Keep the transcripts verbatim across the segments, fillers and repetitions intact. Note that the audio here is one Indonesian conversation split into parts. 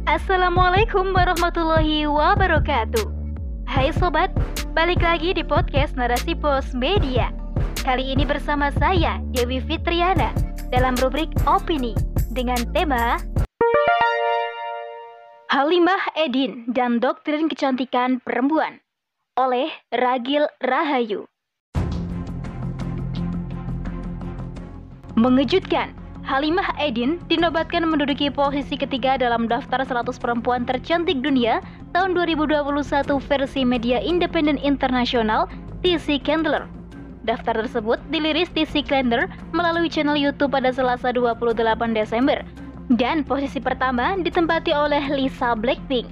Assalamualaikum warahmatullahi wabarakatuh. Hai sobat, balik lagi di podcast Narasi Pos Media. Kali ini bersama saya, Dewi Fitriana, dalam rubrik Opini dengan tema Halimah Edin dan Doktrin Kecantikan Perempuan oleh Ragil Rahayu. Mengejutkan, Halimah Edin dinobatkan menduduki posisi ketiga dalam daftar seratus perempuan tercantik dunia tahun dua ribu dua puluh satu versi media independen internasional T C Candler. Daftar tersebut diliris T C Candler melalui channel YouTube pada Selasa dua puluh delapan Desember dan posisi pertama ditempati oleh Lisa Blackpink.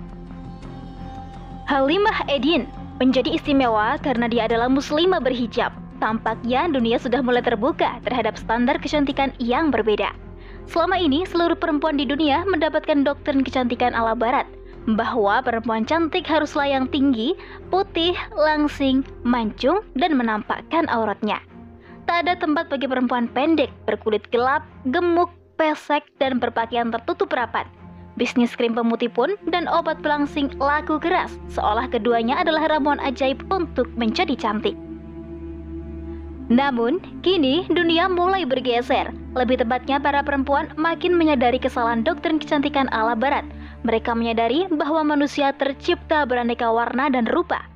Halimah Edin menjadi istimewa karena dia adalah muslimah berhijab. Tampaknya dunia sudah mulai terbuka terhadap standar kecantikan yang berbeda. Selama ini seluruh perempuan di dunia mendapatkan doktrin kecantikan ala barat, bahwa perempuan cantik haruslah yang tinggi, putih, langsing, mancung, dan menampakkan auratnya. Tak ada tempat bagi perempuan pendek, berkulit gelap, gemuk, pesek, dan berpakaian tertutup rapat. Bisnis krim pemutih pun dan obat pelangsing laku keras, seolah keduanya adalah ramuan ajaib untuk menjadi cantik. Namun, kini dunia mulai bergeser. Lebih tepatnya, para perempuan makin menyadari kesalahan doktrin kecantikan ala barat. Mereka menyadari bahwa manusia tercipta beraneka warna dan rupa.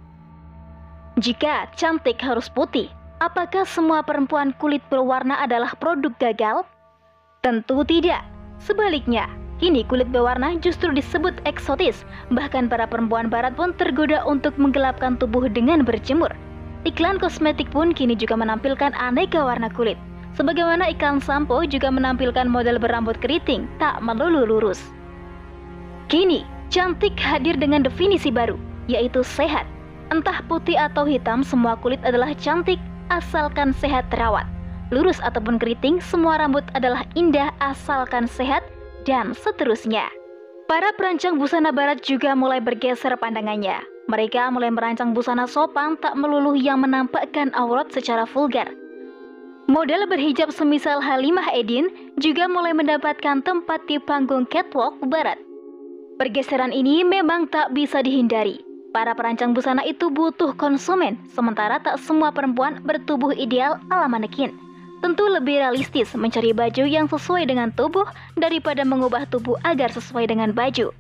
Jika cantik harus putih, apakah semua perempuan kulit berwarna adalah produk gagal? Tentu tidak. Sebaliknya, kini kulit berwarna justru disebut eksotis. Bahkan para perempuan barat pun tergoda untuk menggelapkan tubuh dengan berjemur. Iklan kosmetik pun kini juga menampilkan aneka warna kulit. Sebagaimana iklan sampo juga menampilkan model berambut keriting, tak melulu lurus. Kini, cantik hadir dengan definisi baru, yaitu sehat. Entah putih atau hitam, semua kulit adalah cantik asalkan sehat terawat. Lurus ataupun keriting, semua rambut adalah indah asalkan sehat, dan seterusnya. Para perancang busana barat juga mulai bergeser pandangannya. Mereka mulai merancang busana sopan tak melulu yang menampakkan aurat secara vulgar. Model berhijab semisal Halimah Edin juga mulai mendapatkan tempat di panggung catwalk barat. Pergeseran ini memang tak bisa dihindari. Para perancang busana itu butuh konsumen, sementara tak semua perempuan bertubuh ideal ala manekin. Tentu lebih realistis mencari baju yang sesuai dengan tubuh daripada mengubah tubuh agar sesuai dengan baju.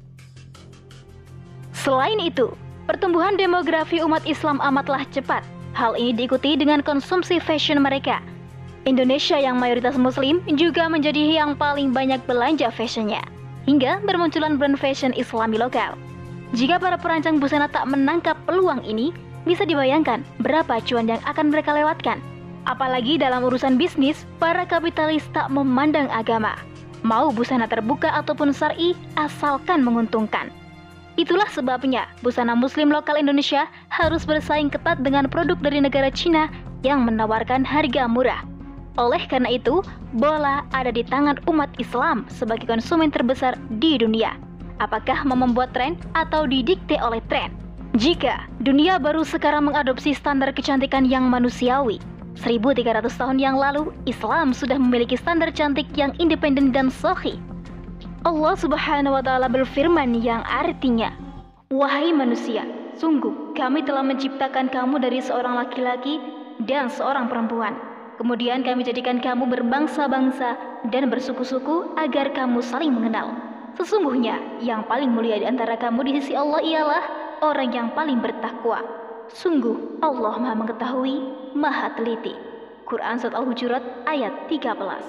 Selain itu, pertumbuhan demografi umat Islam amatlah cepat. Hal ini diikuti dengan konsumsi fashion mereka. Indonesia yang mayoritas muslim juga menjadi yang paling banyak belanja fashionnya, hingga bermunculan brand fashion Islami lokal. Jika para perancang busana tak menangkap peluang ini, bisa dibayangkan berapa cuan yang akan mereka lewatkan. Apalagi dalam urusan bisnis, para kapitalis tak memandang agama. Mau busana terbuka ataupun syar'i, asalkan menguntungkan. Itulah sebabnya busana muslim lokal Indonesia harus bersaing ketat dengan produk dari negara Cina yang menawarkan harga murah. Oleh karena itu, bola ada di tangan umat Islam sebagai konsumen terbesar di dunia. Apakah mau membuat tren atau didikte oleh tren? Jika dunia baru sekarang mengadopsi standar kecantikan yang manusiawi, seribu tiga ratus tahun yang lalu Islam sudah memiliki standar cantik yang independen dan sahih. Allah Subhanahu wa Ta'ala berfirman yang artinya, "Wahai manusia, sungguh kami telah menciptakan kamu dari seorang laki-laki dan seorang perempuan. Kemudian kami jadikan kamu berbangsa-bangsa dan bersuku-suku agar kamu saling mengenal. Sesungguhnya yang paling mulia di antara kamu di sisi Allah ialah orang yang paling bertakwa. Sungguh Allah Maha Mengetahui, Maha Teliti." Quran Surat Al-Hujurat ayat tiga belas.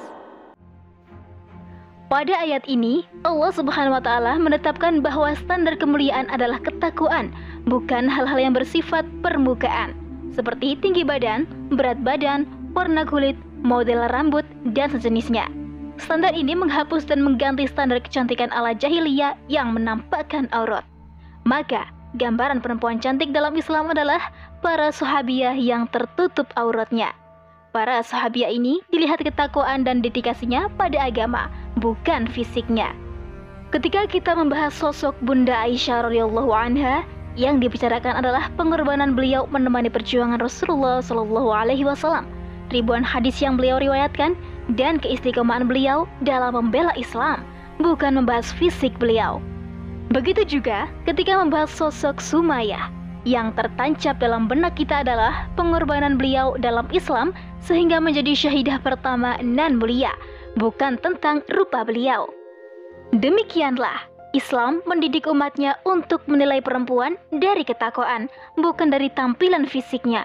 Pada ayat ini, Allah Subhanahu wa Ta'ala menetapkan bahwa standar kemuliaan adalah ketakwaan, bukan hal-hal yang bersifat permukaan, seperti tinggi badan, berat badan, warna kulit, model rambut, dan sejenisnya. Standar ini menghapus dan mengganti standar kecantikan ala jahiliyah yang menampakkan aurat. Maka, gambaran perempuan cantik dalam Islam adalah para sahabiah yang tertutup auratnya. Para sahabiah ini dilihat ketakwaan dan dedikasinya pada agama, bukan fisiknya. Ketika kita membahas sosok Bunda Aisyah radhiyallahu anha, yang dibicarakan adalah pengorbanan beliau menemani perjuangan Rasulullah shallallahu alaihi wasallam, ribuan hadis yang beliau riwayatkan, dan keistiqomahan beliau dalam membela Islam, bukan membahas fisik beliau. Begitu juga ketika membahas sosok Sumayyah, yang tertancap dalam benak kita adalah pengorbanan beliau dalam Islam sehingga menjadi syahidah pertama nan mulia, bukan tentang rupa beliau. Demikianlah Islam mendidik umatnya untuk menilai perempuan dari ketakwaan, bukan dari tampilan fisiknya.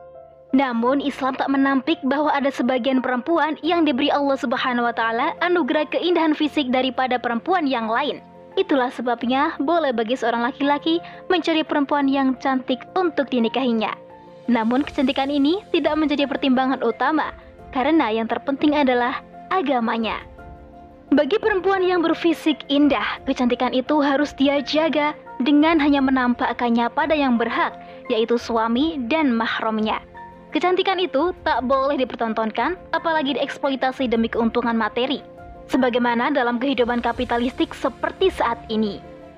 Namun Islam tak menampik bahwa ada sebagian perempuan yang diberi Allah Subhanahu wa taala anugerah keindahan fisik daripada perempuan yang lain. Itulah sebabnya boleh bagi seorang laki-laki mencari perempuan yang cantik untuk dinikahinya. Namun kecantikan ini tidak menjadi pertimbangan utama, karena yang terpenting adalah agamanya. Bagi perempuan yang berfisik indah, kecantikan itu harus dia jaga dengan hanya menampakkannya pada yang berhak, yaitu suami dan mahramnya. Kecantikan itu tak boleh dipertontonkan, apalagi dieksploitasi demi keuntungan materi, sebagaimana dalam kehidupan kapitalistik seperti saat ini.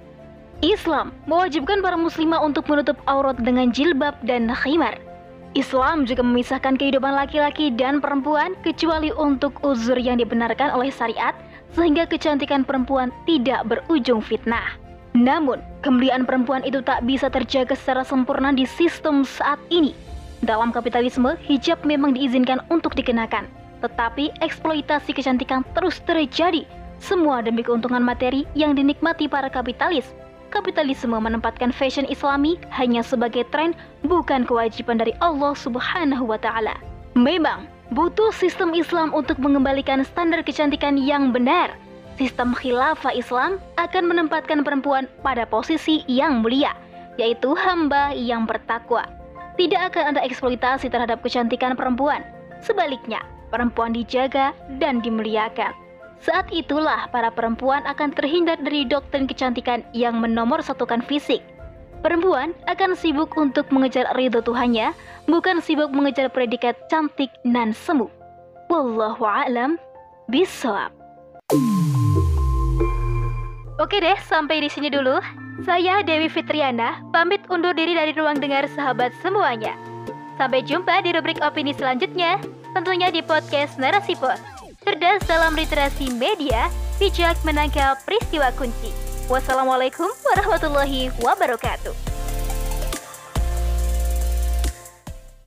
Islam mewajibkan para muslimah untuk menutup aurat dengan jilbab dan khimar. Islam juga memisahkan kehidupan laki-laki dan perempuan kecuali untuk uzur yang dibenarkan oleh syariat, sehingga kecantikan perempuan tidak berujung fitnah. Namun, kemuliaan perempuan itu tak bisa terjaga secara sempurna di sistem saat ini. Dalam kapitalisme, hijab memang diizinkan untuk dikenakan, tetapi eksploitasi kecantikan terus terjadi, semua demi keuntungan materi yang dinikmati para kapitalis. Kapitalisme menempatkan fashion Islami hanya sebagai tren, bukan kewajiban dari Allah Subhanahu wa taala. Memang butuh sistem Islam untuk mengembalikan standar kecantikan yang benar. Sistem khilafah Islam akan menempatkan perempuan pada posisi yang mulia, yaitu hamba yang bertakwa. Tidak akan ada eksploitasi terhadap kecantikan perempuan. Sebaliknya, perempuan dijaga dan dimuliakan. Saat itulah para perempuan akan terhindar dari doktrin kecantikan yang menomorsatukan fisik. Perempuan akan sibuk untuk mengejar ridho Tuhannya, bukan sibuk mengejar predikat cantik nan semu. Wallahu a'lam bishawab. Oke deh, sampai di sini dulu. Saya Dewi Fitriana, pamit undur diri dari ruang dengar sahabat semuanya. Sampai jumpa di rubrik opini selanjutnya, tentunya di podcast Narasi Pos. Cerdas dalam literasi media, bijak menangkap peristiwa kunci. Wassalamualaikum warahmatullahi wabarakatuh.